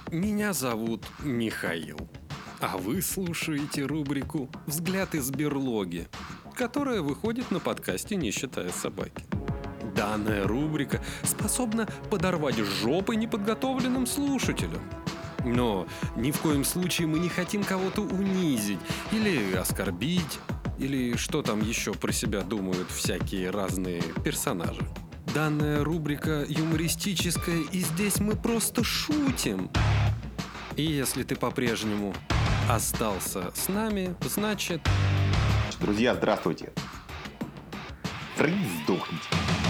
Меня зовут Михаил, а вы слушаете рубрику «Взгляд из берлоги», которая выходит на подкасте «Не считая собаки». Данная рубрика способна подорвать жопы неподготовленным слушателям. Но ни в коем случае мы не хотим кого-то унизить или оскорбить, или что там еще про себя думают всякие разные персонажи. Данная рубрика юмористическая, и здесь мы просто шутим. И если ты по-прежнему остался с нами, значит... Друзья, здравствуйте. Фриз, сдохните.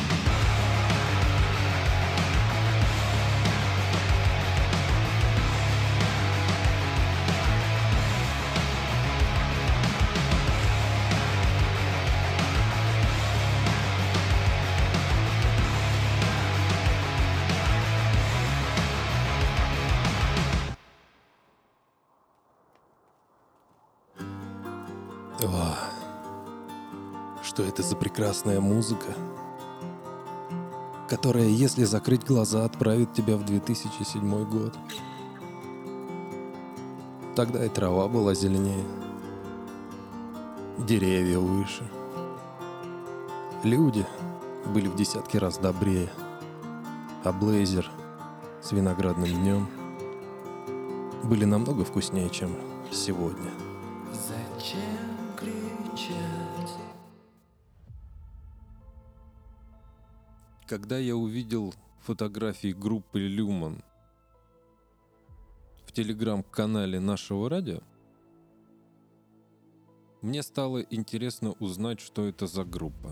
Что это за прекрасная музыка, которая, если закрыть глаза, отправит тебя в 2007 год. Тогда и трава была зеленее, деревья выше, люди были в десятки раз добрее, а блейзер с виноградным днем были намного вкуснее, чем сегодня. Зачем кричать? Когда я увидел фотографии группы «Люман» в телеграм-канале нашего радио, мне стало интересно узнать, что это за группа.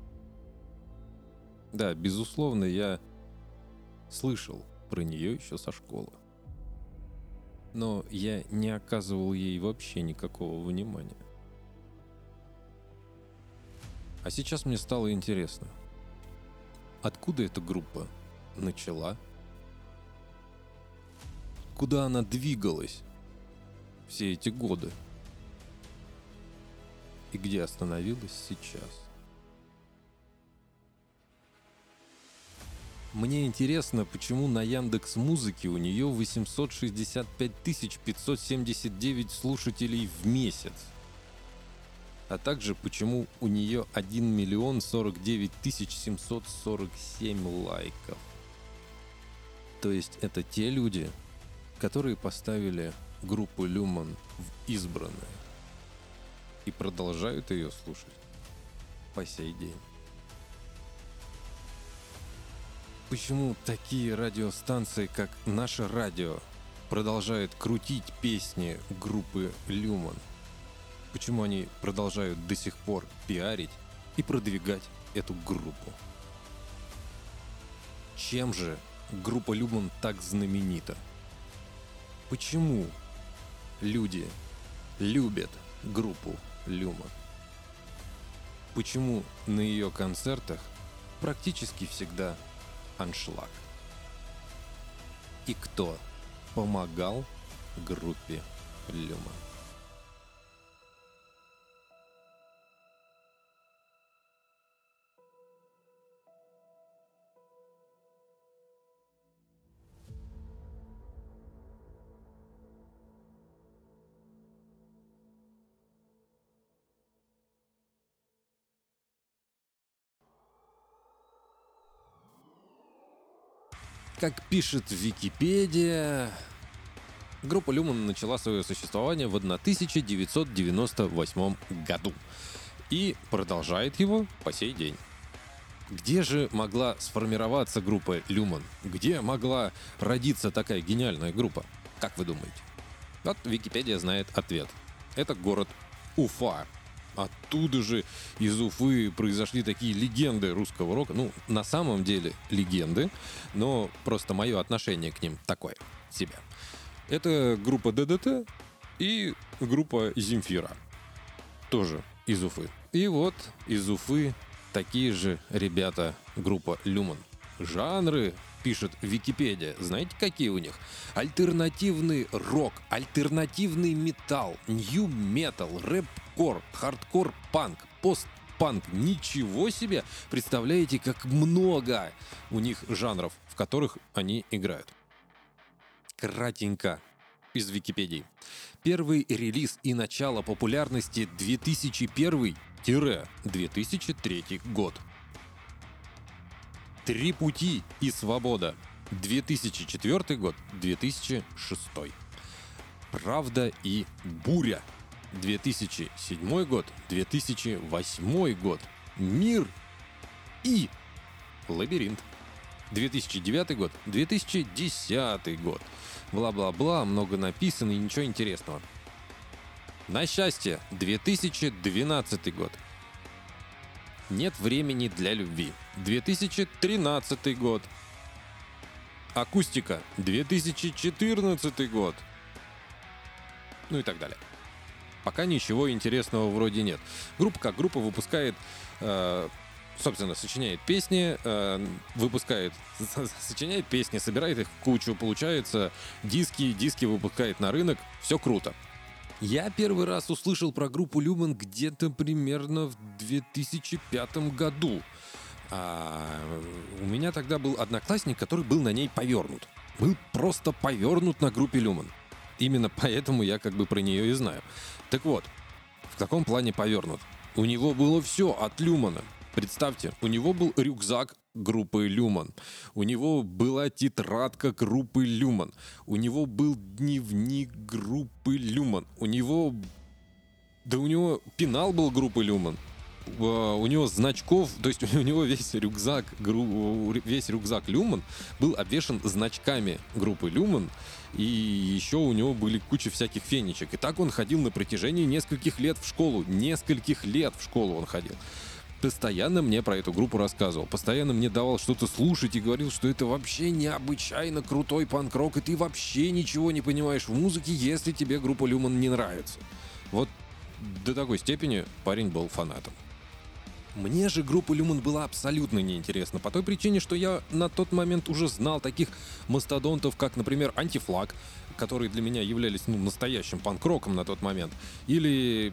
Да, безусловно, я слышал про нее еще со школы. Но я не оказывал ей вообще никакого внимания. А сейчас мне стало интересно, откуда эта группа начала? Куда она двигалась все эти годы? И где остановилась сейчас? Мне интересно, почему на Яндекс.Музыке у нее 865 579 слушателей в месяц. А также, почему у нее 1 049 747 лайков. То есть это те люди, которые поставили группу «Люман» в избранное и продолжают ее слушать по сей день. Почему такие радиостанции, как «Наше радио», продолжают крутить песни группы «Люман»? Почему они продолжают до сих пор пиарить и продвигать эту группу? Чем же группа «Люман» так знаменита? Почему люди любят группу «Люман»? Почему на ее концертах практически всегда аншлаг? И кто помогал группе «Люман»? Как пишет Википедия, группа «Люман» начала свое существование в 1998 году и продолжает его по сей день. Где же могла сформироваться группа «Люман»? Где могла родиться такая гениальная группа? Как вы думаете? Вот Википедия знает ответ. Это город Уфа. Оттуда же из Уфы произошли такие легенды русского рока. Ну, на самом деле легенды, но просто мое отношение к ним такое себе. Это группа ДДТ и группа Земфира. Тоже из Уфы. И вот из Уфы такие же ребята, группа «Люман». Жанры, пишет Википедия, знаете, какие у них? Альтернативный рок, альтернативный металл, нью-метал, рэп-кор, хардкор-панк, пост-панк. Ничего себе! Представляете, как много у них жанров, в которых они играют. кратенько из Википедии. Первый релиз и начало популярности 2001-2003 год. «Три пути» и «Свобода» 2004 год, 2006. «Правда» и «Буря» 2007 год, 2008 год. «Мир» и «Лабиринт» 2009 год, 2010 год. Бла-бла-бла, много написано и ничего интересного. «На счастье» 2012 год. «Нет времени для любви» 2013 год. «Акустика» 2014 год. Ну и так далее. Пока ничего интересного вроде нет. Группа как группа выпускает, собственно, сочиняет песни, сочиняет песни, собирает их в кучу, получается диски выпускает на рынок. Все круто. Я первый раз услышал про группу Люмен где-то примерно в 2005 году. У меня тогда был одноклассник, который был на ней повернут. Был просто повернут на группе Люмен. Именно поэтому я как бы про нее и знаю. Так вот, в каком плане повернут? У него было все от Люмена. Представьте, у него был рюкзак группы Люмен. У него была тетрадка группы Люмен. У него был дневник группы Люмен. У него пенал был группы Люмен. У него значков, то есть у него весь рюкзак Люмен был обвешан значками группы Люмен, и еще у него были куча всяких фенечек. И так он ходил на протяжении нескольких лет в школу. Нескольких лет в школу он ходил. Постоянно мне про эту группу рассказывал. Постоянно мне давал что-то слушать и говорил, что это вообще необычайно крутой панк-рок, и ты вообще ничего не понимаешь в музыке, если тебе группа Люмен не нравится. Вот до такой степени парень был фанатом. Мне же группа Люмен была абсолютно неинтересна, по той причине, что я на тот момент уже знал таких мастодонтов, как, например, Антифлаг, которые для меня являлись настоящим панк-роком на тот момент, или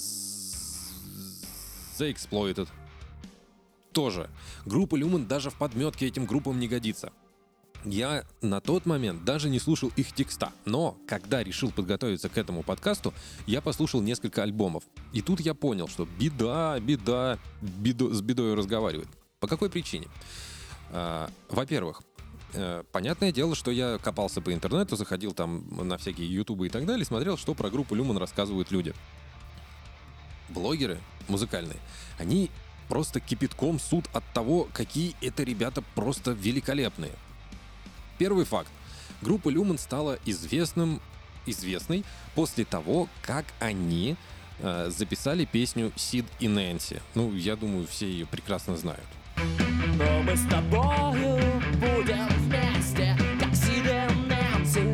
The Exploited. Тоже. Группа Люмен даже в подметке этим группам не годится. Я на тот момент даже не слушал их текста, но когда решил подготовиться к этому подкасту, я послушал несколько альбомов. И тут я понял, что с бедой разговаривают. По какой причине? Во-первых, понятное дело, что я копался по интернету, заходил там на всякие ютубы и так далее, смотрел, что про группу Люмен рассказывают люди. Блогеры музыкальные, они просто кипятком ссут от того, какие это ребята просто великолепные. Первый факт. Группа Люмен стала известной после того, как они записали песню «Сид и Нэнси». Ну, я думаю, все ее прекрасно знают. Но мы с тобою будем вместе, как Сид и Нэнси,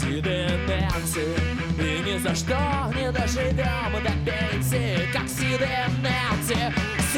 и ни за что не доживем до пенсии, как Сид и Нэнси,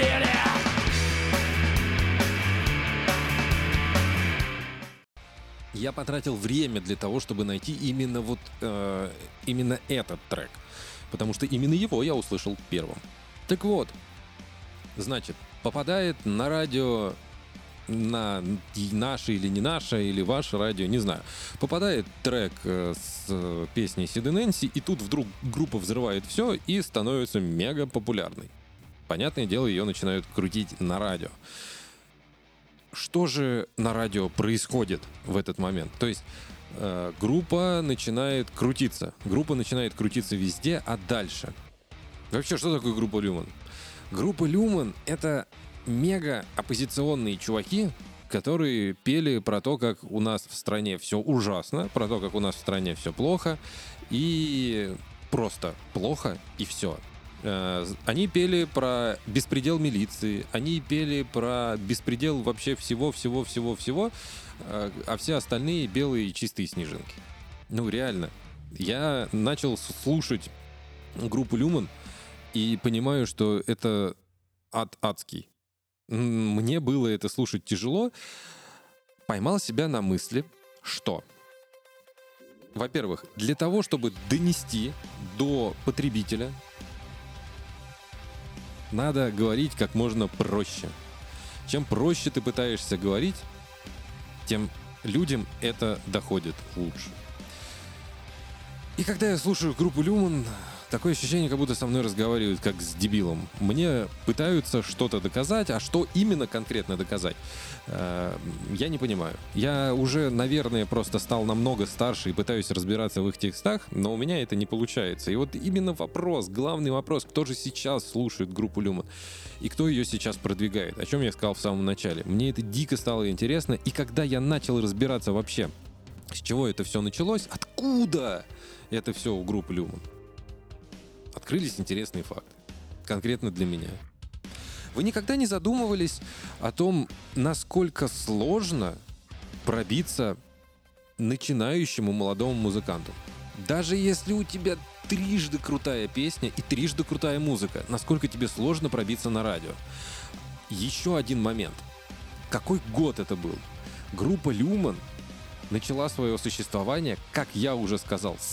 Я потратил время для того, чтобы найти именно этот трек. Потому что именно его я услышал первым. Так вот, значит, попадает на радио, на наше или не наше, или ваше радио, не знаю. Попадает трек с песней Сид и Нэнси, и тут вдруг группа взрывает все и становится мега популярной. Понятное дело, ее начинают крутить на радио. Что же на радио происходит в этот момент? То есть группа начинает крутиться. Группа начинает крутиться везде, а дальше? Вообще, что такое группа Люмен? Группа Люмен — это мега оппозиционные чуваки, которые пели про то, как у нас в стране все ужасно, про то, как у нас в стране все плохо, и просто плохо, и все. Они пели про беспредел милиции, они пели про беспредел вообще всего, а все остальные белые и чистые снежинки. Ну, реально. Я начал слушать группу Люмен и понимаю, что это ад адский. Мне было это слушать тяжело. Поймал себя на мысли, что, во-первых, для того, чтобы донести до потребителя, надо говорить как можно проще. Чем проще ты пытаешься говорить, тем людям это доходит лучше. И когда я слушаю группу Люман, такое ощущение, как будто со мной разговаривают как с дебилом. Мне пытаются что-то доказать, а что именно конкретно доказать, я не понимаю. Я уже, наверное, просто стал намного старше и пытаюсь разбираться в их текстах, но у меня это не получается. И вот именно вопрос, главный вопрос, кто же сейчас слушает группу Люман и кто ее сейчас продвигает, о чем я сказал в самом начале. Мне это дико стало интересно, и когда я начал разбираться вообще, с чего это все началось, откуда это все у группы Люман, открылись интересные факты. Конкретно для меня. Вы никогда не задумывались о том, насколько сложно пробиться начинающему молодому музыканту? Даже если у тебя трижды крутая песня и трижды крутая музыка, насколько тебе сложно пробиться на радио? Еще один момент. Какой год это был? Группа Люман начала свое существование, как я уже сказал, с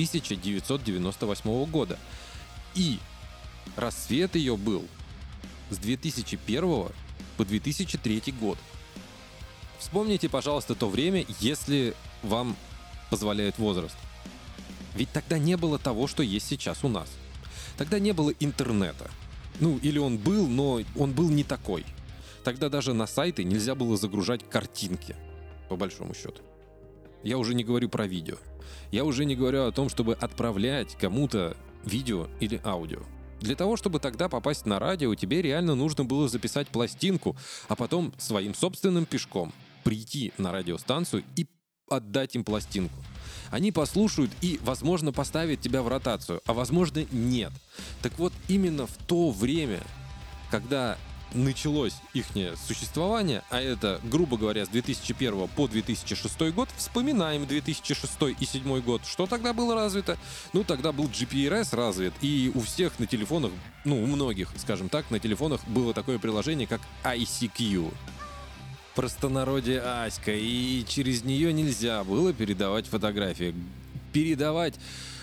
1998 года. И рассвет ее был с 2001 по 2003 год. Вспомните, пожалуйста, то время, если вам позволяет возраст. Ведь тогда не было того, что есть сейчас у нас. Тогда не было интернета. Ну, или он был, но он был не такой. Тогда даже на сайты нельзя было загружать картинки, по большому счету. Я уже не говорю про видео. Я уже не говорю о том, чтобы отправлять кому-то видео или аудио. Для того, чтобы тогда попасть на радио, тебе реально нужно было записать пластинку, а потом своим собственным пешком прийти на радиостанцию и отдать им пластинку. Они послушают и, возможно, поставят тебя в ротацию, а возможно, нет. Так вот, именно в то время, когда началось их существование, а это, грубо говоря, с 2001 по 2006 год, вспоминаем 2006 и 2007 год. Что тогда было развито? Ну, тогда был GPRS развит, и у всех на телефонах, ну, у многих, скажем так, на телефонах было такое приложение, как ICQ. Простонародье Аська, и через нее нельзя было передавать фотографии. Передавать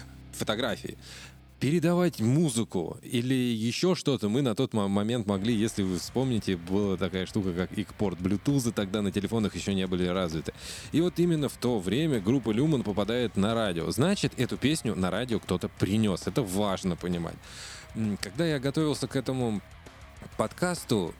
музыку или еще что-то мы на тот момент могли, если вы вспомните, была такая штука, как икпорт Bluetooth, тогда на телефонах еще не были развиты. И вот именно в то время группа Люман попадает на радио. Значит, эту песню на радио кто-то принес. Это важно понимать. Когда я готовился к этому подкасту,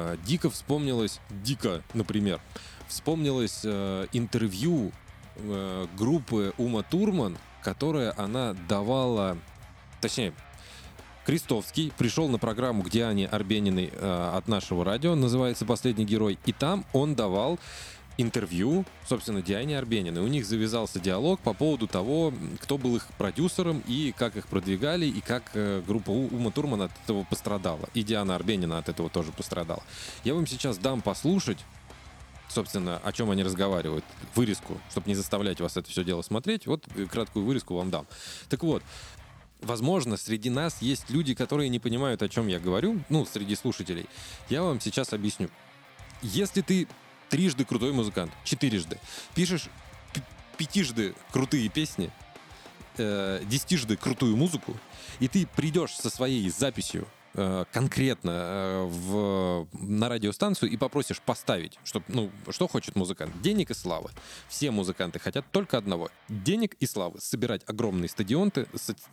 например, вспомнилось интервью группы Ума Турман, которое она давала. Точнее, Крестовский пришел на программу к Диане Арбениной от нашего радио, называется «Последний герой», и там он давал интервью, собственно, Диане Арбениной. У них завязался диалог по поводу того, кто был их продюсером и как их продвигали, и как группа Ума Турман от этого пострадала. И Диана Арбенина от этого тоже пострадала. Я вам сейчас дам послушать, собственно, о чем они разговаривают, вырезку, чтобы не заставлять вас это все дело смотреть. Вот краткую вырезку вам дам. Так вот, возможно, среди нас есть люди, которые не понимают, о чем я говорю, ну, среди слушателей. Я вам сейчас объясню. Если ты трижды крутой музыкант, четырежды, пишешь пятижды крутые песни, десятижды крутую музыку, и ты придешь со своей записью конкретно на радиостанцию и попросишь поставить, что хочет музыкант? Денег и славы. Все музыканты хотят только одного. Денег и славы. Собирать огромные стадионы,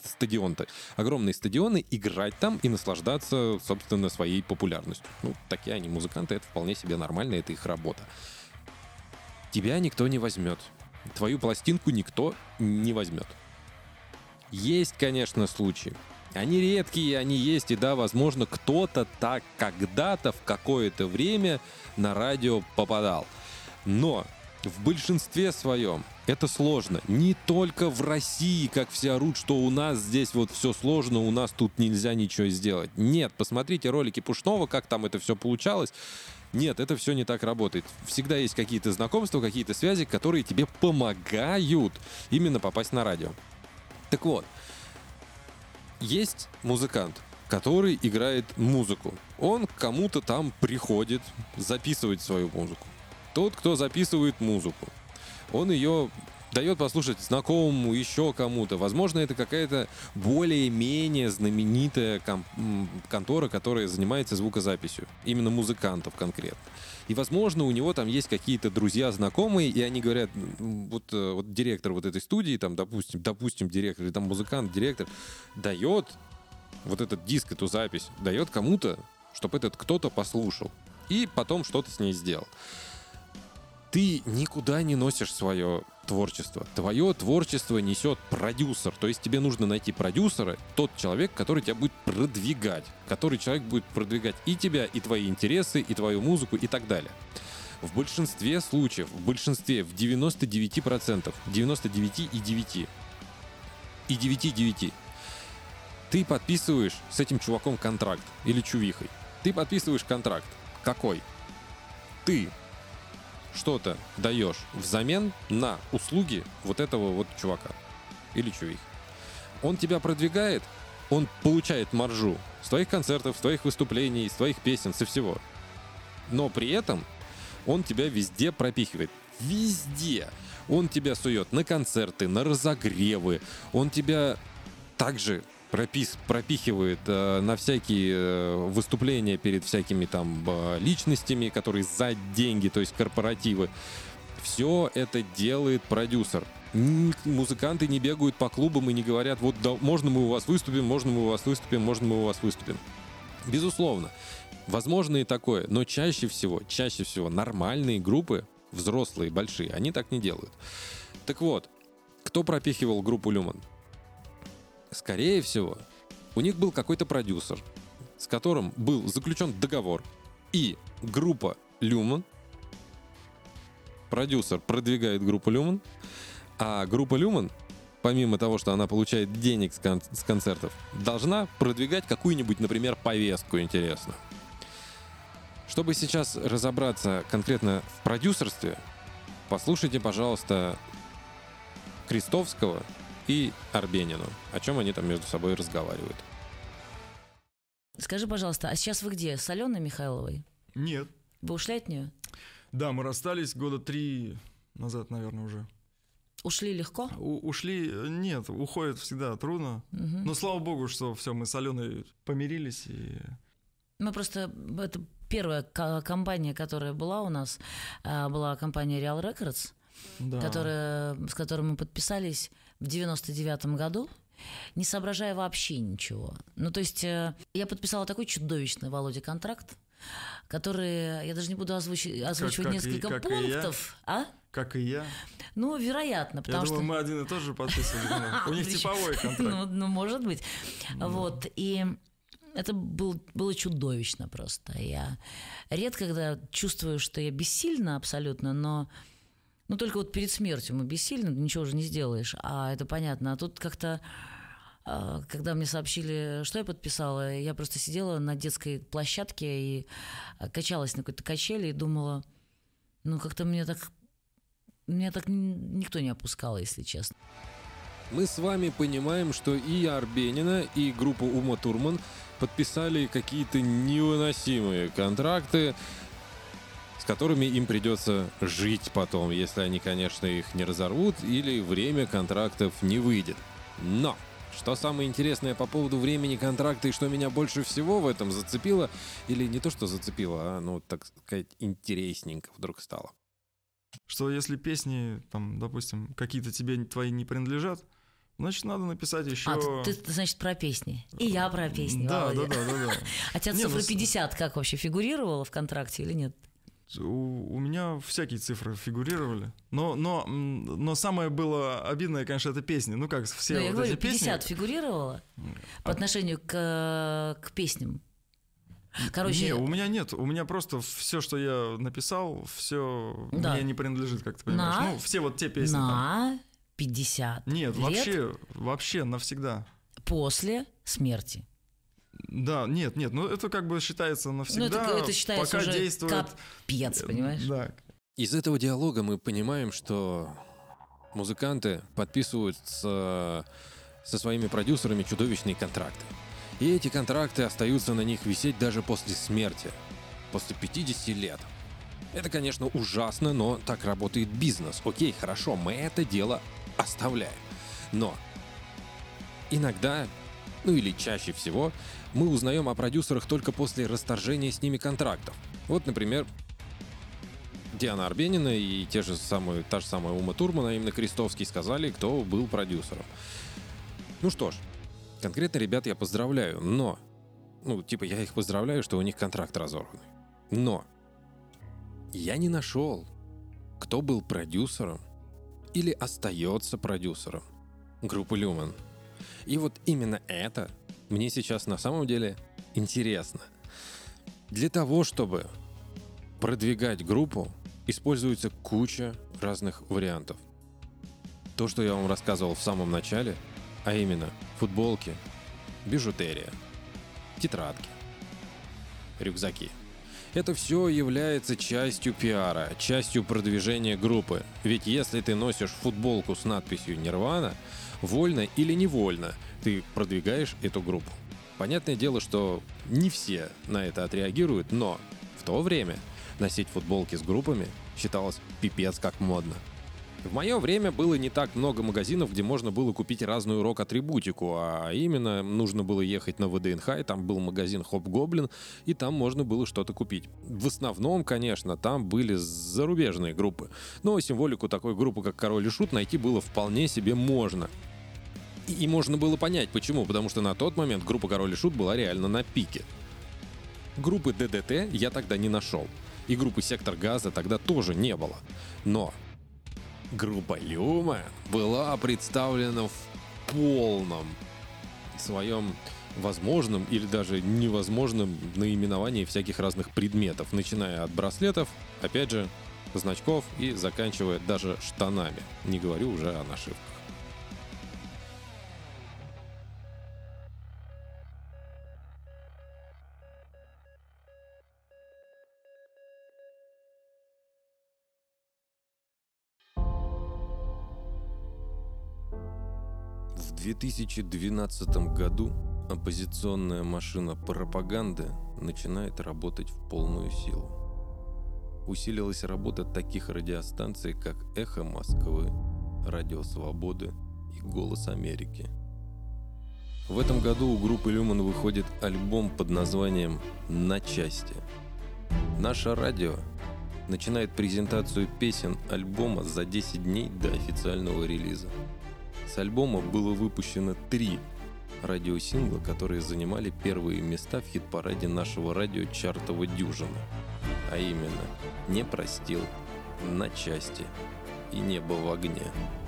играть там и наслаждаться, собственно, своей популярностью. Ну, такие они музыканты, это вполне себе нормально, это их работа. Тебя никто не возьмет. Твою пластинку никто не возьмет. Есть, конечно, случаи. Они редкие, они есть, и да, возможно, кто-то так когда-то в какое-то время на радио попадал. Но в большинстве своем это сложно. Не только в России, как все орут, что у нас здесь вот все сложно, у нас тут нельзя ничего сделать. Нет, посмотрите ролики Пушного, как там это все получалось. Нет, это все не так работает. Всегда есть какие-то знакомства, какие-то связи, которые тебе помогают именно попасть на радио. Так вот, есть музыкант, который играет музыку. Он к кому-то там приходит записывать свою музыку. Тот, кто записывает музыку, он ее дает послушать знакомому, еще кому-то. Возможно, это какая-то более-менее знаменитая контора, которая занимается звукозаписью. Именно музыкантов конкретно. И, возможно, у него там есть какие-то друзья, знакомые, и они говорят, вот директор вот этой студии, там, допустим, директор, или там музыкант, директор, дает вот этот диск, эту запись, дает кому-то, чтобы этот кто-то послушал. И потом что-то с ней сделал. Ты никуда не носишь свое творчество. Твое творчество несет продюсер. То есть тебе нужно найти продюсера, тот человек, который тебя будет продвигать. Который человек будет продвигать и тебя, и твои интересы, и твою музыку, и так далее. В большинстве случаев, в 99%, 99,9 и 9,9 ты подписываешь с этим чуваком контракт или чувихой. Ты подписываешь контракт. Какой? Ты что-то даешь взамен на услуги вот этого вот чувака или чувихи. Он тебя продвигает, он получает маржу с твоих концертов, с твоих выступлений, с твоих песен, со всего. Но при этом он тебя везде пропихивает. Везде. Он тебя сует на концерты, на разогревы. Он тебя также пропихивает на всякие выступления перед всякими там личностями, которые за деньги, то есть корпоративы. Все это делает продюсер. Музыканты не бегают по клубам и не говорят, вот да, можно мы у вас выступим, можно мы у вас выступим, можно мы у вас выступим. Безусловно, возможно и такое, но чаще всего нормальные группы, взрослые, большие, они так не делают. Так вот, кто пропихивал группу Люман? Скорее всего, у них был какой-то продюсер, с которым был заключен договор, и группа Люман, продюсер продвигает группу Люман, а группа Люман, помимо того, что она получает денег с концертов, должна продвигать какую-нибудь, например, повестку интересную. Чтобы сейчас разобраться конкретно в продюсерстве, послушайте, пожалуйста, Крестовского и Арбенину, о чем они там между собой разговаривают. Скажи, пожалуйста, а сейчас вы где? С Аленой Михайловой? Нет. Вы ушли от нее? Да, мы расстались года 3 назад, наверное, уже. Ушли легко? Ушли, нет, уходит всегда трудно. Угу. Но слава богу, что все, мы с Аленой помирились. Мы просто, это первая компания, которая была у нас, была компания Real Records, Да. с которой мы подписались в 99-м году, не соображая вообще ничего. Ну, то есть я подписала такой чудовищный, Володя, контракт, который, я даже не буду озвучивать несколько пунктов. Как и я. Ну, вероятно, потому что... Я думаю, мы один и тот же подписывали. У них типовой контракт. Ну, может быть. Вот, и... Это было чудовищно просто. Я редко когда чувствую, что я бессильна абсолютно, но только вот перед смертью мы бессильны, ничего уже не сделаешь, а это понятно. А тут как-то, когда мне сообщили, что я подписала, я просто сидела на детской площадке и качалась на какой-то качели и думала, как-то меня так никто не опускал, если честно. Мы с вами понимаем, что и Арбенина, и группа Ума Турман подписали какие-то невыносимые контракты, с которыми им придется жить потом, если они, конечно, их не разорвут или время контрактов не выйдет. Но, что самое интересное по поводу времени контракта и что меня больше всего в этом зацепило, или не то, что зацепило, а, так сказать, интересненько вдруг стало. Что если песни, там, допустим, какие-то тебе твои не принадлежат, значит, надо написать еще... ты, значит, про песни. И я про песни, Да. Володя. А тебя цифра 50 как вообще фигурировала в контракте или нет? У меня всякие цифры фигурировали. Но самое было обидное, конечно, это песни. Ну, как все вот я говорю, эти песни... 50 фигурировало по отношению к песням? Короче... Не, у меня нет. У меня просто все, что я написал, все мне не принадлежит, как ты понимаешь. Все вот те песни. На 50 Нет, лет вообще навсегда. После смерти. Да, нет, это как бы считается навсегда, это считается пока уже действует... капец, понимаешь? Да. Из этого диалога мы понимаем, что музыканты подписывают со своими продюсерами чудовищные контракты. И эти контракты остаются на них висеть даже после смерти, после 50 лет. Это, конечно, ужасно, но так работает бизнес. Окей, хорошо, мы это дело оставляем. Но иногда, ну или чаще всего, мы узнаем о продюсерах только после расторжения с ними контрактов. Вот, например, Диана Арбенина и та же самая Ума Турман, а именно Крестовский, сказали, кто был продюсером. Ну что ж, конкретно ребят я поздравляю, но... я их поздравляю, что у них контракт разорванный. Но я не нашел, кто был продюсером или остается продюсером группы Люмен. И вот именно это мне сейчас на самом деле интересно. Для того, чтобы продвигать группу, используется куча разных вариантов. То, что я вам рассказывал в самом начале, а именно футболки, бижутерия, тетрадки, рюкзаки. Это все является частью пиара, частью продвижения группы. Ведь если ты носишь футболку с надписью «Нирвана», вольно или невольно ты продвигаешь эту группу. Понятное дело, что не все на это отреагируют, но в то время носить футболки с группами считалось пипец как модно. В мое время было не так много магазинов, где можно было купить разную рок-атрибутику, а именно нужно было ехать на ВДНХ, и там был магазин Хоп-Гоблин, и там можно было что-то купить. В основном, конечно, там были зарубежные группы, но символику такой группы, как Король и Шут, найти было вполне себе можно. И можно было понять, почему, потому что на тот момент группа Король и Шут была реально на пике. Группы ДДТ я тогда не нашел, и группы Сектор Газа тогда тоже не было. Но группа Люмен была представлена в полном своем возможном или даже невозможном наименовании всяких разных предметов, начиная от браслетов, опять же, значков и заканчивая даже штанами. Не говорю уже о нашивках. В 2012 году оппозиционная машина пропаганды начинает работать в полную силу. Усилилась работа таких радиостанций, как «Эхо Москвы», «Радио Свободы» и «Голос Америки». В этом году у группы Люмен выходит альбом под названием «На части». Наше радио начинает презентацию песен альбома за 10 дней до официального релиза. С альбома было выпущено 3 радиосингла, которые занимали первые места в хит-параде нашего радио «Чартова дюжина», а именно «Не простил», «На части» и «Небо в огне».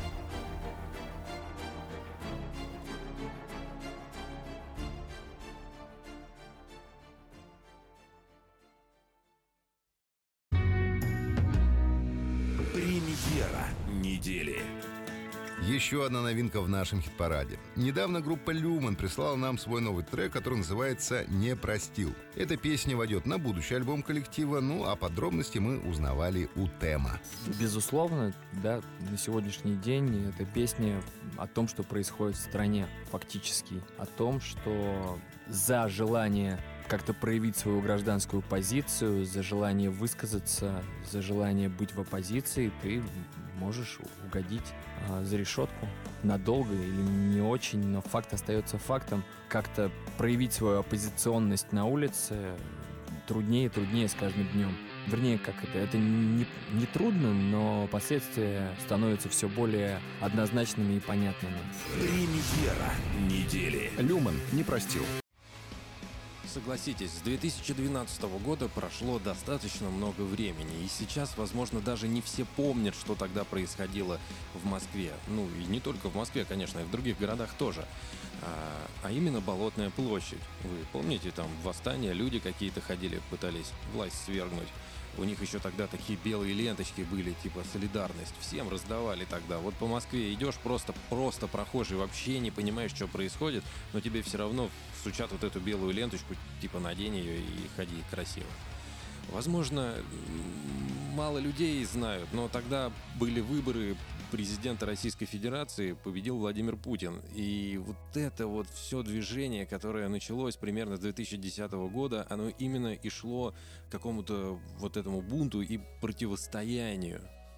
Премьера недели. Еще одна новинка в нашем хит-параде. Недавно группа Люмен прислала нам свой новый трек, который называется «Не простил». Эта песня войдет на будущий альбом коллектива, а подробности мы узнавали у Тема. Безусловно, да, на сегодняшний день эта песня о том, что происходит в стране фактически, о том, что за желание как-то проявить свою гражданскую позицию, за желание высказаться, за желание быть в оппозиции, ты можешь угодить за решетку надолго или не очень, но факт остается фактом. Как-то проявить свою оппозиционность на улице труднее и труднее с каждым днем. Вернее, это не трудно, но последствия становятся все более однозначными и понятными. Премьера недели. Люмен не простил. Согласитесь, с 2012 года прошло достаточно много времени, и сейчас, возможно, даже не все помнят, что тогда происходило в Москве. Ну, и не только в Москве, конечно, и в других городах тоже. А именно Болотная площадь. Вы помните, там восстания, люди какие-то ходили, пытались власть свергнуть. У них еще тогда такие белые ленточки были, типа солидарность. Всем раздавали тогда. Вот по Москве идешь, просто прохожий, вообще не понимаешь, что происходит, но тебе все равно сучат вот эту белую ленточку, типа надень ее и ходи красиво. Возможно, мало людей знают, но тогда были выборы президента Российской Федерации, победил Владимир Путин. И вот это вот все движение, которое началось примерно с 2010 года, оно именно и шло к какому-то вот этому бунту и противостоянию.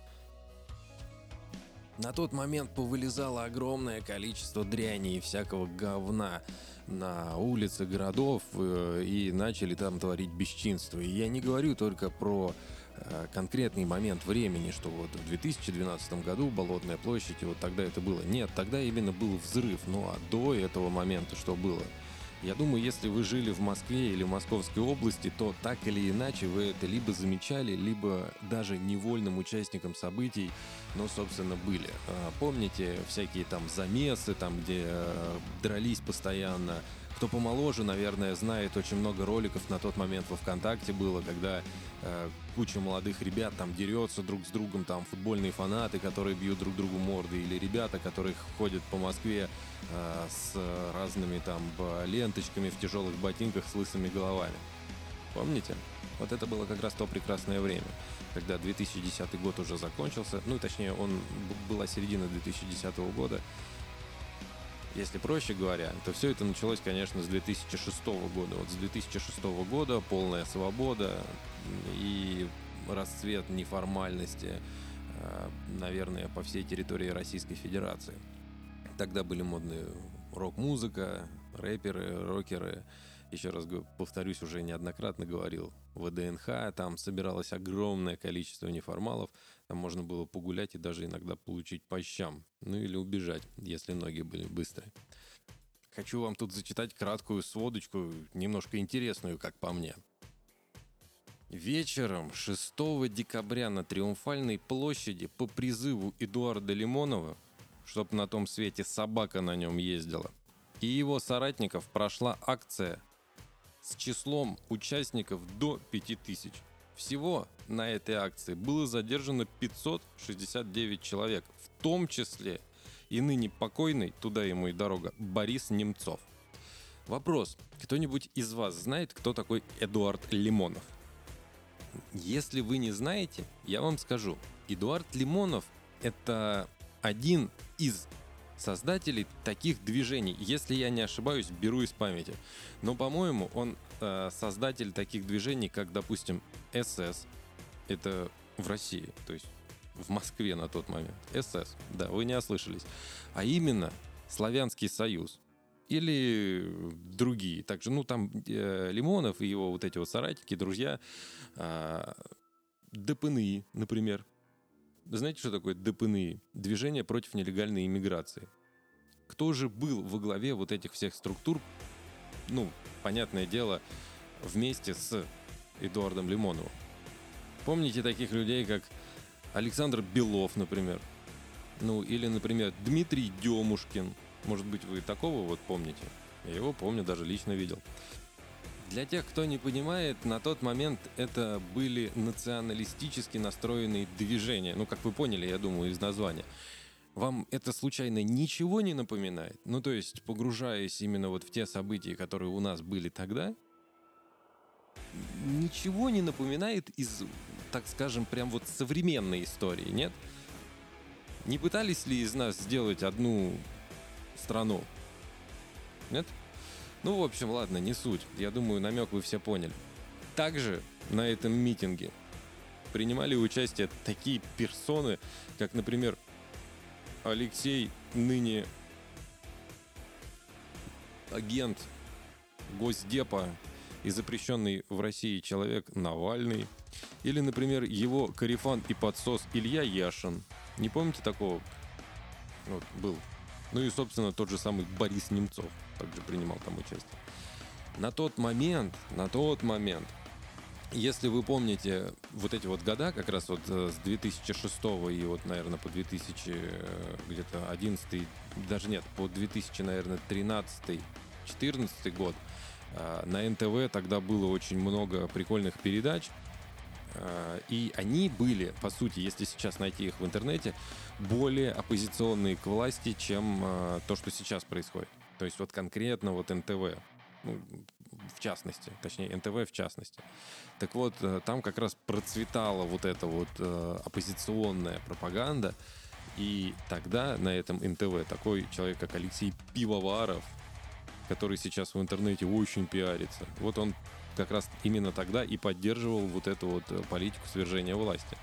На тот момент повылезало огромное количество дряни и всякого говна на улицы городов и начали там творить бесчинство. И я не говорю только про конкретный момент времени, что вот в 2012 году Болотная площадь, и вот тогда это было. Нет, тогда именно был взрыв. Ну а до этого момента что было? Я думаю, если вы жили в Москве или в Московской области, то так или иначе вы это либо замечали, либо даже невольным участником событий, но, собственно, были. Помните всякие там замесы, там, где дрались постоянно? Кто помоложе, наверное, знает, очень много роликов на тот момент во ВКонтакте было, когда куча молодых ребят там дерется друг с другом, там футбольные фанаты, которые бьют друг другу морды, или ребята, которые ходят по Москве с разными там ленточками в тяжелых ботинках с лысыми головами. Помните? Вот это было как раз то прекрасное время, когда 2010 год уже закончился, ну, точнее, была середина 2010 года. Если проще говоря, то все это началось, конечно, с 2006 года. Вот с 2006 года полная свобода и расцвет неформальности, наверное, по всей территории Российской Федерации. Тогда были модные рок-музыка, рэперы, рокеры. Еще раз повторюсь, уже неоднократно говорил, ВДНХ, там собиралось огромное количество неформалов, там можно было погулять и даже иногда получить по щам, ну или убежать, если ноги были быстрые. Хочу вам тут зачитать краткую сводочку, немножко интересную, как по мне. Вечером 6 декабря на Триумфальной площади по призыву Эдуарда Лимонова, чтоб на том свете собака на нем ездила, и его соратников прошла акция с числом участников до 5000. Всего на этой акции было задержано 569 человек, в том числе и ныне покойный, туда ему и дорога, Борис Немцов. Вопрос. Кто-нибудь из вас знает, кто такой Эдуард Лимонов? Если вы не знаете, я вам скажу. Эдуард Лимонов — это один из создателей таких движений. Если я не ошибаюсь, беру из памяти. Но, по-моему, он создатель таких движений, как, допустим, СС. Это в России, то есть в Москве на тот момент. СС, да, вы не ослышались. А именно Славянский Союз. Или другие. Также, ну, там Лимонов и его вот эти вот соратники, друзья, ДПНИ, например. Знаете, что такое ДПНИ? Движение против нелегальной иммиграции. Кто же был во главе вот этих всех структур? Ну, понятное дело, вместе с Эдуардом Лимоновым. Помните таких людей, как Александр Белов, например? Ну, или, например, Дмитрий Демушкин. Может быть, вы такого вот помните? Я его помню, даже лично видел. Для тех, кто не понимает, на тот момент это были националистически настроенные движения. Ну, как вы поняли, я думаю, из названия. Вам это случайно ничего не напоминает? Ну, то есть, погружаясь именно вот в те события, которые у нас были тогда, ничего не напоминает из, так скажем, прям вот современной истории, нет? Не пытались ли из нас сделать одну страну? Нет? Ну, в общем, ладно, не суть. Я думаю, намек вы все поняли. Также на этом митинге принимали участие такие персоны, как, например, Алексей, ныне агент Госдепа и запрещенный в России человек Навальный. Или, например, его корефан и подсос Илья Яшин. Не помните такого? Вот, был. Ну и, собственно, тот же самый Борис Немцов также принимал там участие. На тот момент, если вы помните вот эти вот года, как раз вот с 2006 и вот, наверное, по 2011, даже нет, по 2000, наверное, 13-14 год, на НТВ тогда было очень много прикольных передач, и они были, по сути, если сейчас найти их в интернете, более оппозиционные к власти, чем то, что сейчас происходит. То есть вот конкретно вот НТВ. Ну, в частности, точнее НТВ в частности. Так вот, там как раз процветала вот эта вот оппозиционная пропаганда, и тогда на этом НТВ такой человек, как Алексей Пивоваров, который сейчас в интернете очень пиарится, вот он как раз именно тогда и поддерживал вот эту вот политику свержения власти.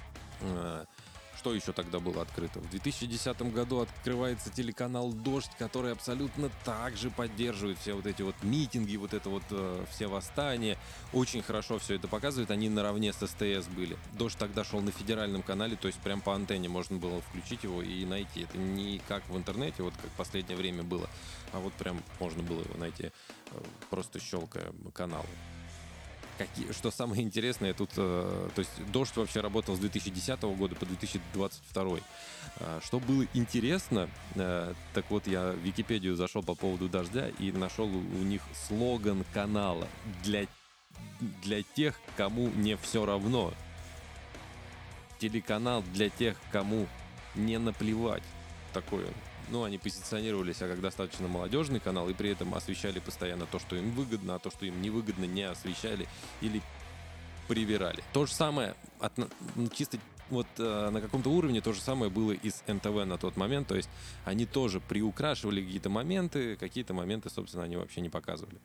Что еще тогда было открыто? В 2010 году открывается телеканал «Дождь», который абсолютно так же поддерживает все вот эти вот митинги, вот это вот все восстания. Очень хорошо все это показывает. Они наравне с СТС были. «Дождь» тогда шел на федеральном канале, то есть прям по антенне можно было включить его и найти. Это не как в интернете, вот как в последнее время было, а вот прям можно было его найти, просто щелкая каналы. Что самое интересное, тут, то есть «Дождь» вообще работал с 2010 года по 2022. Что было интересно, так вот я в Википедию зашел по поводу «Дождя» и нашел у них слоган канала для тех, кому не все равно. Телеканал для тех, кому не наплевать. Такой он. Ну, они позиционировали себя как достаточно молодежный канал и при этом освещали постоянно то, что им выгодно, а то, что им невыгодно, не освещали или привирали. То же самое, чисто вот на каком-то уровне то же самое было и с НТВ на тот момент, то есть они тоже приукрашивали какие-то моменты, собственно, они вообще не показывали.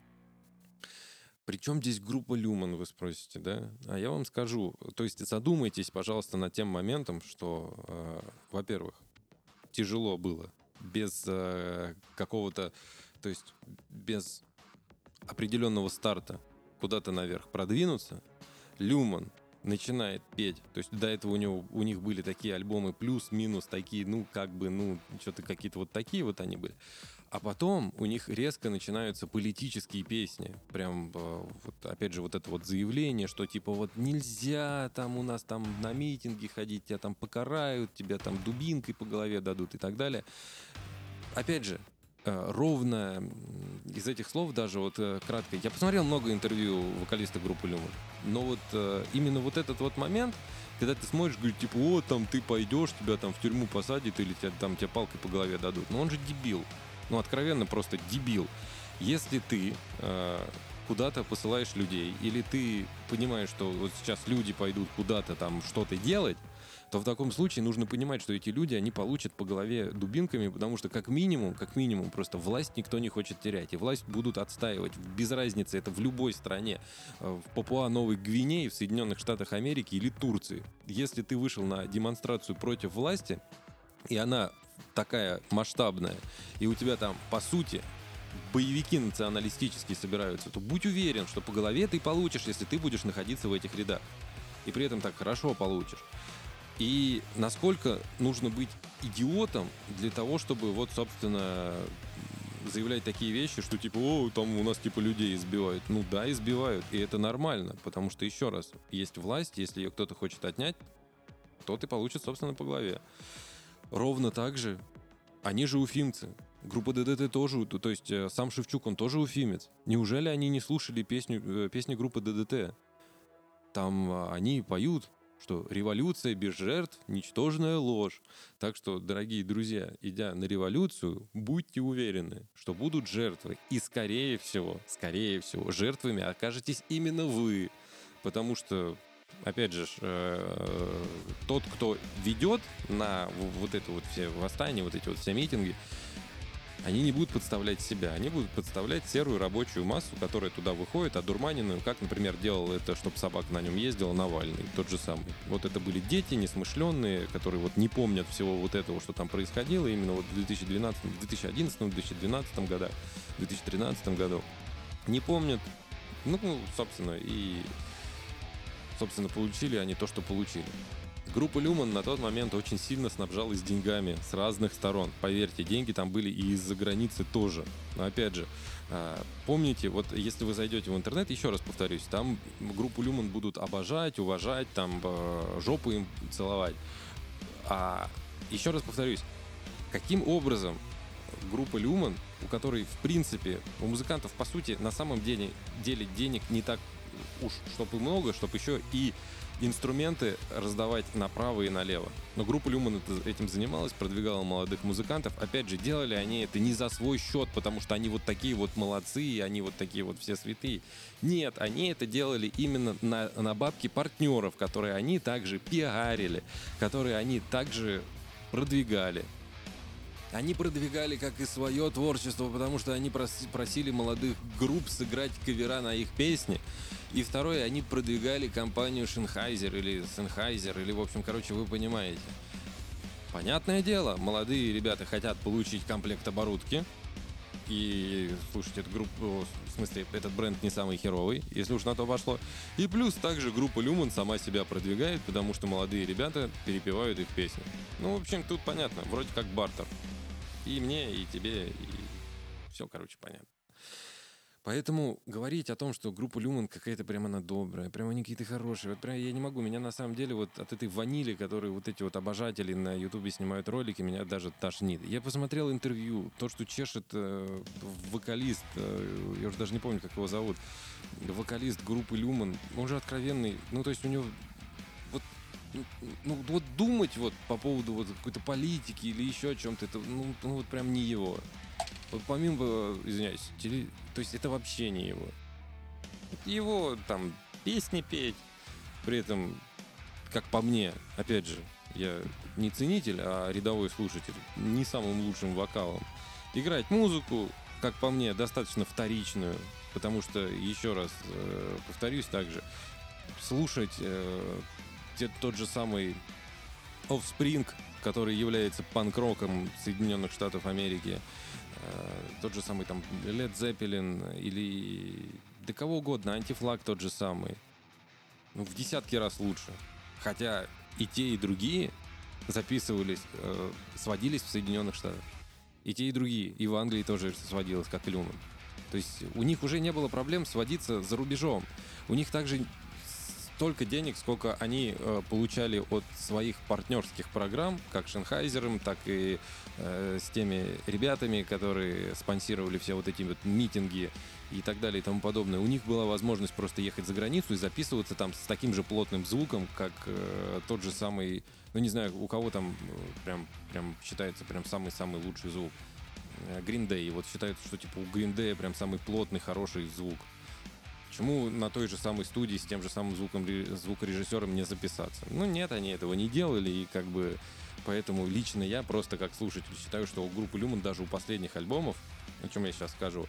Причем здесь группа «Люман», вы спросите, да? А я вам скажу, то есть задумайтесь, пожалуйста, над тем моментом, что, во-первых, тяжело было без какого-то, то есть без определенного старта куда-то наверх продвинуться. Люман начинает петь, то есть до этого у них были такие альбомы плюс-минус такие, что-то какие-то вот такие вот они были. А потом у них резко начинаются политические песни. Прям, вот, опять же, вот это вот заявление, что типа вот нельзя там у нас там на митинги ходить, тебя там покарают, тебя там дубинкой по голове дадут и так далее. Опять же, ровно из этих слов даже вот кратко. Я посмотрел много интервью вокалиста группы «Люман», но вот именно вот этот вот момент, когда ты смотришь, говорит, типа, вот там ты пойдешь, тебя там в тюрьму посадят или тебя палкой по голове дадут. Но он же дебил. Ну, откровенно просто дебил. Если ты куда-то посылаешь людей, или ты понимаешь, что вот сейчас люди пойдут куда-то там что-то делать, то в таком случае нужно понимать, что эти люди, они получат по голове дубинками, потому что как минимум, просто власть никто не хочет терять. И власть будут отстаивать. Без разницы, это в любой стране. В Папуа-Новой Гвинее, в Соединенных Штатах Америки или Турции. Если ты вышел на демонстрацию против власти, и она такая масштабная, и у тебя там, по сути, боевики националистические собираются, то будь уверен, что по голове ты получишь, если ты будешь находиться в этих рядах. И при этом так хорошо получишь. И насколько нужно быть идиотом для того, чтобы вот, собственно, заявлять такие вещи, что типа, о, там у нас типа людей избивают. Ну да, избивают, и это нормально, потому что, еще раз, есть власть, если ее кто-то хочет отнять, то ты получишь, собственно, по голове. Ровно так же, они же уфимцы. Группа ДДТ тоже, то есть сам Шевчук, он тоже уфимец. Неужели они не слушали песни группы ДДТ? Там они поют, что революция без жертв – ничтожная ложь. Так что, дорогие друзья, идя на революцию, будьте уверены, что будут жертвы. И скорее всего, жертвами окажетесь именно вы. Потому что, опять же, тот, кто ведет на вот это вот все восстания, вот эти вот все митинги, они не будут подставлять себя, они будут подставлять серую рабочую массу, которая туда выходит, одурманенную, как, например, делал это, чтобы собака на нем ездила, Навальный, тот же самый. Вот это были дети несмышленные, которые вот не помнят всего вот этого, что там происходило именно вот в 2012, 2011, 2012 годах, 2013 году. Не помнят, собственно, получили они то, что получили. Группа «Люман» на тот момент очень сильно снабжалась деньгами с разных сторон. Поверьте, деньги там были и из-за границы тоже. Но опять же, помните, вот если вы зайдете в интернет, еще раз повторюсь, там группу «Люман» будут обожать, уважать, там жопу им целовать. А еще раз повторюсь, каким образом группа «Люман», у которой, в принципе, у музыкантов, по сути, на самом деле денег не так уж чтобы много, чтобы еще и инструменты раздавать направо и налево. Но группа Люман этим занималась, продвигала молодых музыкантов. Опять же, делали они это не за свой счет, потому что они вот такие вот молодцы, и они вот такие вот все святые. Нет, они это делали именно на бабки партнеров, которые они также пиарили, которые они также продвигали. Они продвигали как и свое творчество, потому что они просили молодых групп сыграть кавера на их песни. И второе, они продвигали компанию Sennheiser или Sennheiser, или, в общем, короче, вы понимаете. Понятное дело, молодые ребята хотят получить комплект оборудки. И, слушайте, эту группу, в смысле, этот бренд не самый херовый, если уж на то пошло. И плюс также группа Люман сама себя продвигает, потому что молодые ребята перепевают их песни. Ну, в общем, тут понятно, вроде как бартер. И мне, и тебе, и все, короче, понятно. Поэтому говорить о том, что группа Люман какая-то прямо она добрая, прямо они какие-то хорошие, вот прям я не могу. Меня на самом деле вот от этой ванили, которые вот эти вот обожатели на Ютубе снимают ролики, меня даже тошнит. Я посмотрел интервью, то, что чешет вокалист, я уже даже не помню, как его зовут, вокалист группы Люман, он же откровенный, ну то есть у него вот думать вот по поводу вот какой-то политики или еще о чем-то, это ну вот прям не его. Вот помимо, извиняюсь, то есть это вообще не его. Его там песни петь, при этом, как по мне, опять же, я не ценитель, а рядовой слушатель, не самым лучшим вокалом. Играть музыку, как по мне, достаточно вторичную, потому что, еще раз повторюсь также, слушать тот же самый Offspring, который является панк-роком Соединенных Штатов Америки, тот же самый там Led Zeppelin или да кого угодно, Антифлаг тот же самый, ну, в десятки раз лучше. Хотя и те, и другие записывались, сводились в Соединенных Штатах. И те, и другие. И в Англии тоже сводилось, как и Люман. То есть у них уже не было проблем сводиться за рубежом. У них также столько денег, сколько они получали от своих партнерских программ, как Sennheiser, так и с теми ребятами, которые спонсировали все вот эти вот митинги и так далее и тому подобное. У них была возможность просто ехать за границу и записываться там с таким же плотным звуком, как тот же самый, ну не знаю, у кого там прям считается прям самый-самый лучший звук. Green Day. Вот считается, что типа у Green Day прям самый плотный, хороший звук. Почему на той же самой студии с тем же самым звукорежиссером не записаться? Ну нет, они этого не делали, и как бы поэтому лично я просто как слушатель считаю, что у группы Люман даже у последних альбомов, о чем я сейчас скажу,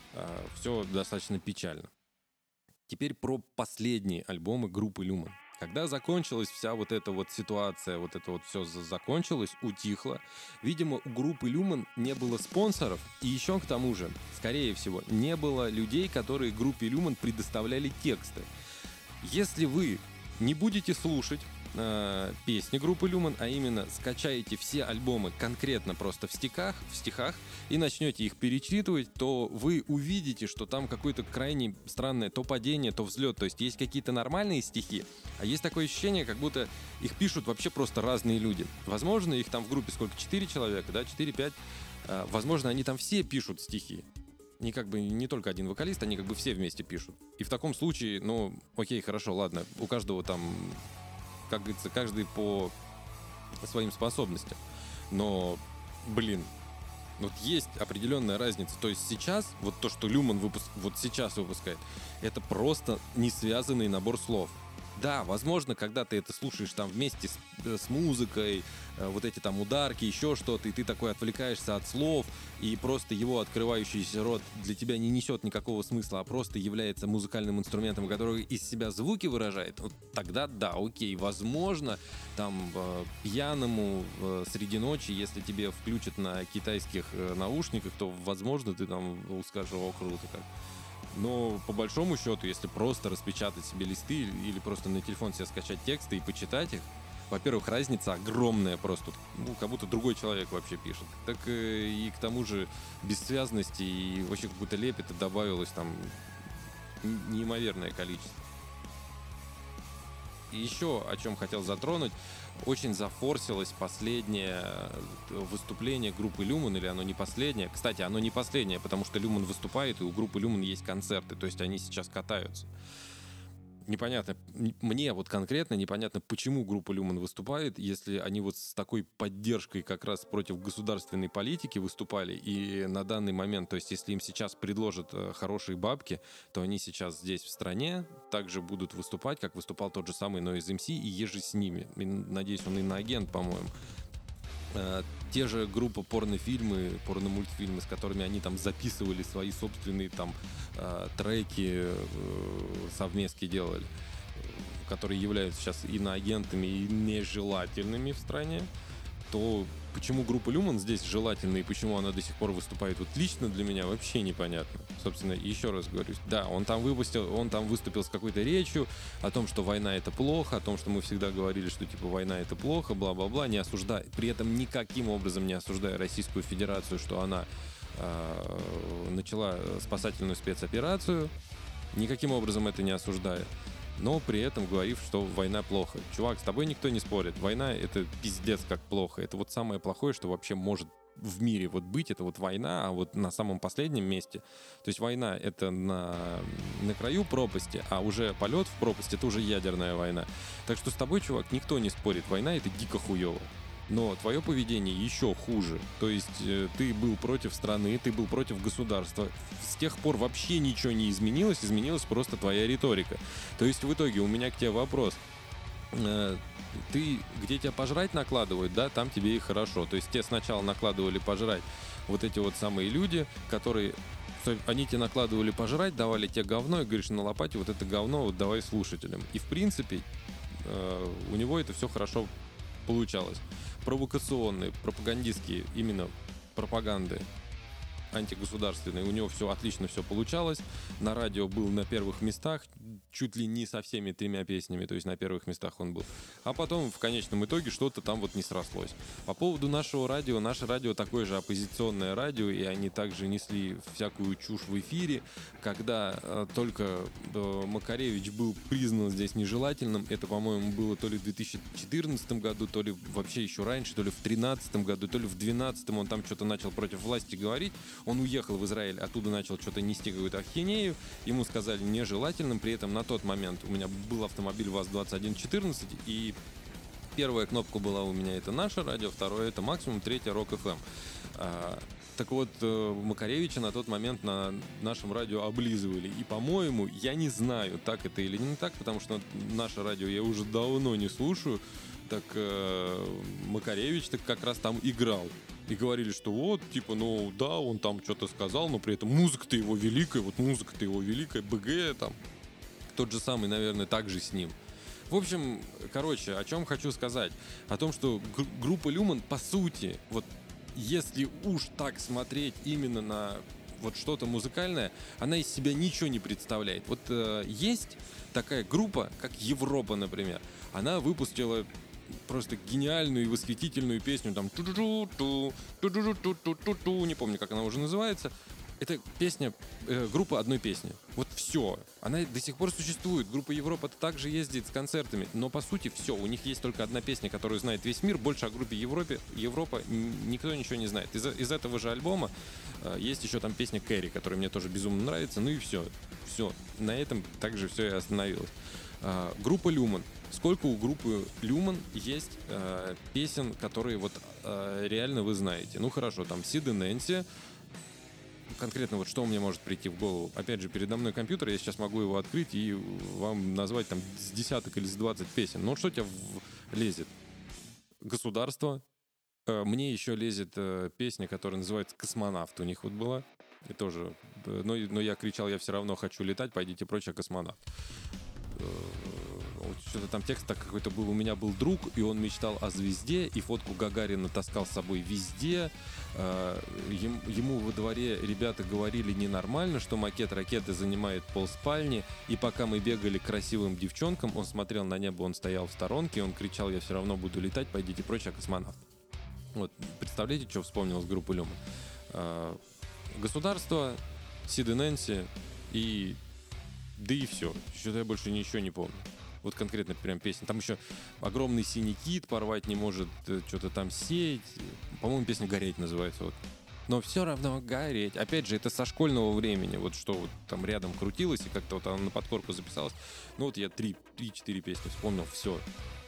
все достаточно печально. Теперь про последние альбомы группы Люман. Когда закончилась вся вот эта вот ситуация, вот это вот все закончилось, утихло, видимо, у группы Люман не было спонсоров, и еще к тому же, скорее всего, не было людей, которые группе Люман предоставляли тексты. Если вы не будете слушать песни группы Люман, а именно скачаете все альбомы конкретно просто в стихах и начнете их перечитывать, то вы увидите, что там какое-то крайне странное то падение, то взлет. То есть есть какие-то нормальные стихи, а есть такое ощущение, как будто их пишут вообще просто разные люди. Возможно, их там в группе сколько? 4 человека, да? 4-5. Возможно, они там все пишут стихи. Не только один вокалист, они как бы все вместе пишут. И в таком случае, ну, окей, хорошо, ладно, у каждого там, как говорится, каждый по своим способностям. Но, блин, вот есть определенная разница. То есть сейчас, вот то, что Люман вот сейчас выпускает, это просто несвязанный набор слов. Да, возможно, когда ты это слушаешь там вместе с музыкой, вот эти там ударки, еще что-то, и ты такой отвлекаешься от слов, и просто его открывающийся рот для тебя не несет никакого смысла, а просто является музыкальным инструментом, который из себя звуки выражает, вот тогда да, окей, возможно, там пьяному среди ночи, если тебе включат на китайских наушниках, то, возможно, ты там скажешь: о, круто как. Но по большому счету, если просто распечатать себе листы или просто на телефон себе скачать тексты и почитать их, во-первых, разница огромная просто, ну, как будто другой человек вообще пишет. Так и к тому же бессвязности и вообще какой-то лепета добавилось там неимоверное количество. И еще о чем хотел затронуть, очень зафорсилось последнее выступление группы Люман, или оно не последнее. Кстати, оно не последнее, потому что Люман выступает, и у группы Люман есть концерты, то есть они сейчас катаются. непонятно, мне вот конкретно непонятно, почему группа Люман выступает, если они вот с такой поддержкой как раз против государственной политики выступали, и на данный момент, то есть если им сейчас предложат хорошие бабки, то они сейчас здесь в стране также будут выступать, как выступал тот же самый Noise MC и еже с ними. И, надеюсь, он иноагент, по-моему. Те же группы порнофильмы, порномультфильмы, с которыми они там записывали свои собственные там треки, совместки делали, которые являются сейчас иноагентами и нежелательными в стране, то почему группа Люман здесь желательна и почему она до сих пор выступает вот лично для меня вообще непонятно. Собственно, еще раз говорю, да, он там выступил с какой-то речью о том, что война это плохо, о том, что мы всегда говорили, что типа война это плохо, бла-бла-бла, не осуждая, при этом никаким образом не осуждая Российскую Федерацию, что она начала спасательную спецоперацию, никаким образом это не осуждая. Но при этом говорив, что война плохо. Чувак, с тобой никто не спорит. Война — это пиздец как плохо. Это вот самое плохое, что вообще может в мире вот быть. Это вот война, а вот на самом последнем месте. То есть война — это на краю пропасти, а уже полет в пропасть — это уже ядерная война. Так что с тобой, чувак, никто не спорит. Война — это дико хуёво. Но твое поведение еще хуже. То есть ты был против страны, ты был против государства. С тех пор вообще ничего не изменилось, изменилась просто твоя риторика. То есть в итоге у меня к тебе вопрос. Ты, где тебя пожрать накладывают, да, там тебе и хорошо. То есть тебе сначала накладывали пожрать вот эти вот самые люди, которые... Они тебе накладывали пожрать, давали тебе говно, и говоришь, на лопате вот это говно вот давай слушателям. И в принципе у него это все хорошо получалось. Провокационные, пропагандистские именно пропаганды антигосударственные, у него все отлично все получалось. На радио был на первых местах, чуть ли не со всеми 3 песнями, то есть на первых местах он был. А потом в конечном итоге что-то там вот не срослось. По поводу нашего радио, наше радио такое же оппозиционное радио, и они также несли всякую чушь в эфире. Когда только Макаревич был признан здесь нежелательным, это, по-моему, было то ли в 2014 году, то ли вообще еще раньше, то ли в 2013 году, то ли в 2012 он там что-то начал против власти говорить. Он уехал в Израиль, оттуда начал что-то нести какую-то ахинею. Ему сказали нежелательным. При этом на тот момент у меня был автомобиль ВАЗ-2114, и первая кнопка была у меня это наше радио, второе это Максимум, третье Рок FM. Так вот, Макаревича на тот момент на нашем радио облизывали. И, по-моему, я не знаю, так это или не так, потому что наше радио я уже давно не слушаю. Так Макаревич так как раз там играл. И говорили, что вот, типа, ну да, он там что-то сказал, но при этом музыка-то его великая, вот музыка-то его великая, БГ там. Тот же самый, наверное, также с ним. В общем, короче, о чем хочу сказать. О том, что группа Люман, по сути, вот если уж так смотреть именно на вот что-то музыкальное, она из себя ничего не представляет. Вот есть такая группа, как Европа, например. Она выпустила просто гениальную и восхитительную песню, там, не помню, как она уже называется. Это песня, группа одной песни. Вот все. Она до сих пор существует. Группа Европа также ездит с концертами. Но по сути все. У них есть только одна песня, которую знает весь мир. Больше о группе Европа никто ничего не знает. Из этого же альбома есть еще там песня Кэрри, которая мне тоже безумно нравится. Ну и все. Все. На этом также все и остановилось. Группа Люман. Сколько у группы Люман есть песен, которые вот реально вы знаете? Ну хорошо, там Сид и Нэнси. Конкретно вот что мне может прийти в голову? Опять же, передо мной компьютер, я сейчас могу его открыть и вам назвать там с десяток или с 20 песен. Но вот что тебя лезет? Государство. Мне еще лезет песня, которая называется «Космонавт». У них вот была. И тоже. Но я кричал, я все равно хочу летать, пойдите прочь, я космонавт. Что-то там текст так какой-то был. У меня был друг, и он мечтал о звезде, и фотку Гагарина таскал с собой везде. Ему во дворе ребята говорили ненормально, что макет ракеты занимает полспальни, и пока мы бегали к красивым девчонкам, он смотрел на небо, он стоял в сторонке, и он кричал, я все равно буду летать, пойдите прочь, я космонавт. Вот, представляете, что вспомнилось группа Люман? Государство, Сид и Нэнси, и... Да и все. Что-то я больше ничего не помню. Вот конкретно прям песня. Там еще огромный синий кит порвать не может, что-то там сеять. По-моему, песня «Гореть» называется. Вот. но все равно гореть. Опять же, это со школьного времени, вот что вот там рядом крутилось, и как-то вот она на подкорку записалась. Ну вот я 3-4 песни вспомнил, все.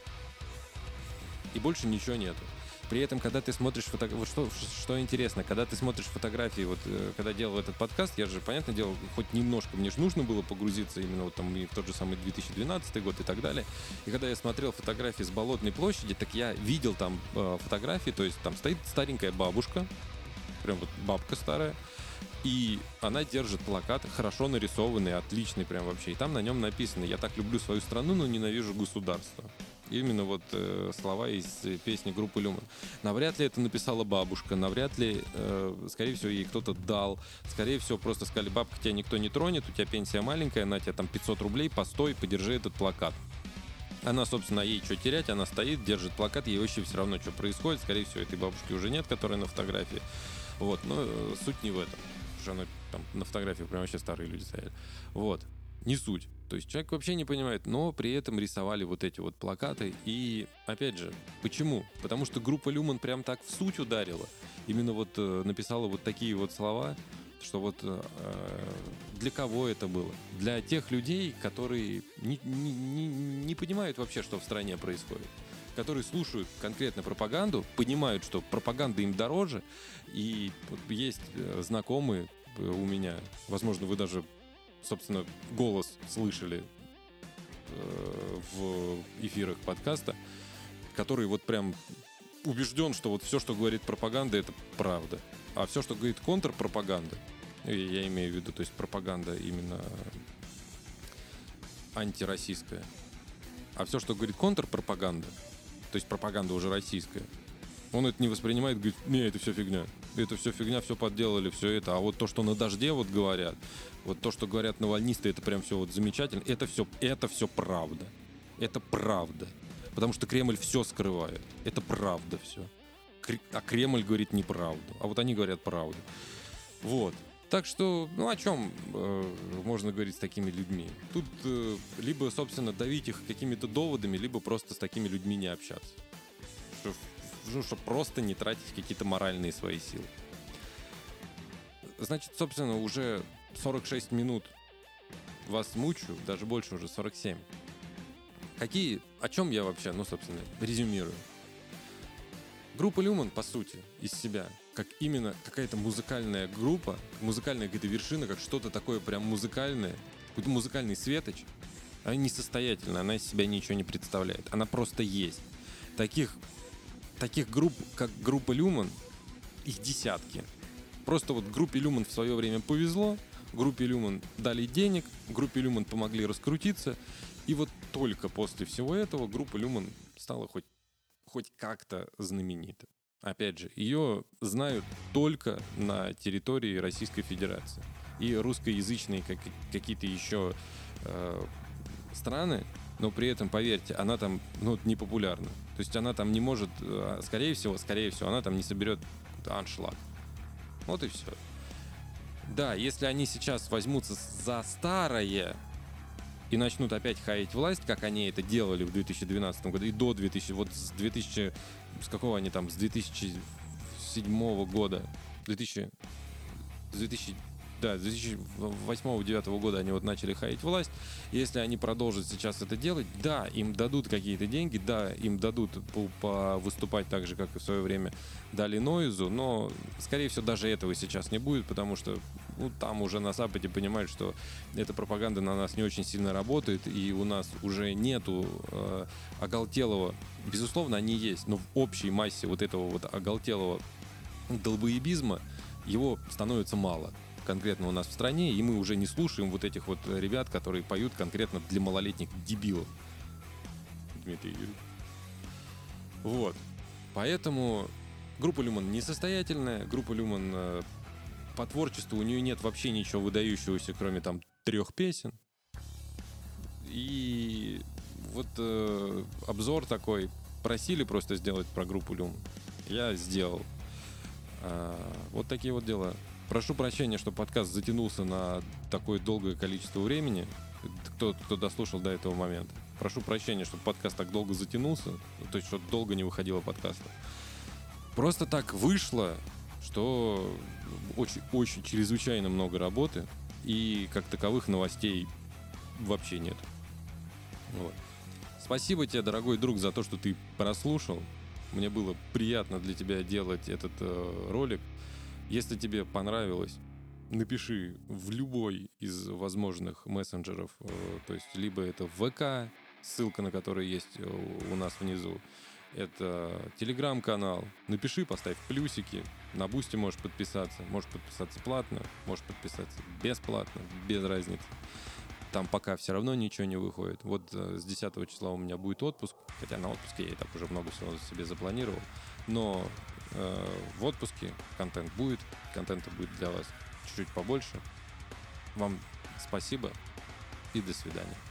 И больше ничего нету. При этом, когда ты смотришь вот что интересно, когда ты смотришь фотографии, вот когда делал этот подкаст, я же, понятное дело, хоть немножко мне же нужно было погрузиться именно вот там и в тот же самый 2012 год и так далее. И когда я смотрел фотографии с Болотной площади, так я видел там фотографии, то есть там стоит старенькая бабушка, прям вот бабка старая, и она держит плакат, хорошо нарисованный, отличный прям вообще. И там на нем написано: «Я так люблю свою страну, но ненавижу государство». Именно вот слова из песни группы Люман. Навряд ли это написала бабушка, навряд ли, скорее всего, ей кто-то дал. Скорее всего, просто сказали: бабка, тебя никто не тронет, у тебя пенсия маленькая, на тебя там 500 рублей, постой, подержи этот плакат. Она, собственно, ей что терять, она стоит, держит плакат, ей вообще все равно, что происходит. Скорее всего, этой бабушки уже нет, которая на фотографии. Вот, но суть не в этом. Потому что она там на фотографиях прям вообще старые люди стоят. Вот, не суть. То есть человек вообще не понимает, но при этом рисовали вот эти вот плакаты. И, опять же, почему? Потому что группа Люман прям так в суть ударила. Именно вот написала вот такие вот слова, что вот для кого это было? Для тех людей, которые не понимают вообще, что в стране происходит. Которые слушают конкретно пропаганду, понимают, что пропаганда им дороже. И вот есть знакомые у меня, возможно, вы даже, собственно, голос слышали в эфирах подкаста, который вот прям убежден, что вот все, что говорит пропаганда, это правда. А все, что говорит контрпропаганда, я имею в виду, то есть пропаганда именно антироссийская, а все, что говорит контрпропаганда, то есть пропаганда уже российская, он это не воспринимает, говорит: не, это все фигня. Это все фигня, все подделали, все это. А вот то, что на дожде вот говорят, вот то, что говорят навальнисты, это прям все вот замечательно. Это все правда. Это правда. Потому что Кремль все скрывает. Это правда все. А Кремль говорит неправду. А вот они говорят правду. Вот. Так что, ну о чем можно говорить с такими людьми? Тут либо, собственно, давить их какими-то доводами, либо просто с такими людьми не общаться. Чтобы просто не тратить какие-то моральные свои силы. Значит, собственно, уже 46 минут вас мучаю, даже больше, уже 47. О чем я вообще, собственно, резюмирую? Группа Люман, по сути, из себя, как именно какая-то музыкальная группа, музыкальная какая-то вершина, как что-то такое прям музыкальное, какой-то музыкальный светоч, она несостоятельна, она из себя ничего не представляет. Она просто есть. Таких групп, как группа Люман, их десятки. Просто вот группе Люман в свое время повезло, группе Люман дали денег, группе Люман помогли раскрутиться, и вот только после всего этого группа Люман стала хоть как-то знаменита. Опять же, ее знают только на территории Российской Федерации. И русскоязычные какие-то еще страны, но при этом, поверьте, она там не популярна. То есть она там не может, скорее всего, она там не соберет аншлаг. Вот и все. Да, если они сейчас возьмутся за старое и начнут опять хаять власть, как они это делали в 2012 году и до 2000, вот с 2000, с какого они там, с 2007 года, с 2008-2009 года они вот начали хаять власть. Если они продолжат сейчас это делать, да, им дадут какие-то деньги, да, им дадут выступать так же, как и в свое время дали Нойзу, но, скорее всего, даже этого сейчас не будет, потому что там уже на Западе понимают, что эта пропаганда на нас не очень сильно работает, и у нас уже нету оголтелого, безусловно, они есть, но в общей массе вот этого вот оголтелого долбоебизма его становится мало. Конкретно у нас в стране, и мы уже не слушаем вот этих вот ребят, которые поют конкретно для малолетних дебилов. Дмитрий Юрьевич. Вот. Поэтому группа Люман несостоятельная, группа Люман по творчеству, у нее нет вообще ничего выдающегося, кроме там 3 песен. И вот обзор такой. Просили просто сделать про группу Люман. Я сделал. Вот такие вот дела. Прошу прощения, что подкаст затянулся на такое долгое количество времени. Кто дослушал до этого момента. Прошу прощения, что подкаст так долго затянулся. То есть, что долго не выходило подкаста. Просто так вышло, что что очень чрезвычайно много работы, и как таковых новостей вообще нет. Вот. Спасибо тебе, дорогой друг, за то, что ты прослушал. Мне было приятно для тебя делать этот ролик. Если тебе понравилось, напиши в любой из возможных мессенджеров, то есть либо это ВК, ссылка на который есть у нас внизу, это телеграм-канал. Напиши, поставь плюсики. На Бусти можешь подписаться платно, можешь подписаться бесплатно, без разницы. Там пока все равно ничего не выходит. Вот с 10 числа у меня будет отпуск, хотя на отпуске я и так уже много всего себе запланировал. Но в отпуске контента будет для вас чуть-чуть побольше. Вам спасибо и до свидания.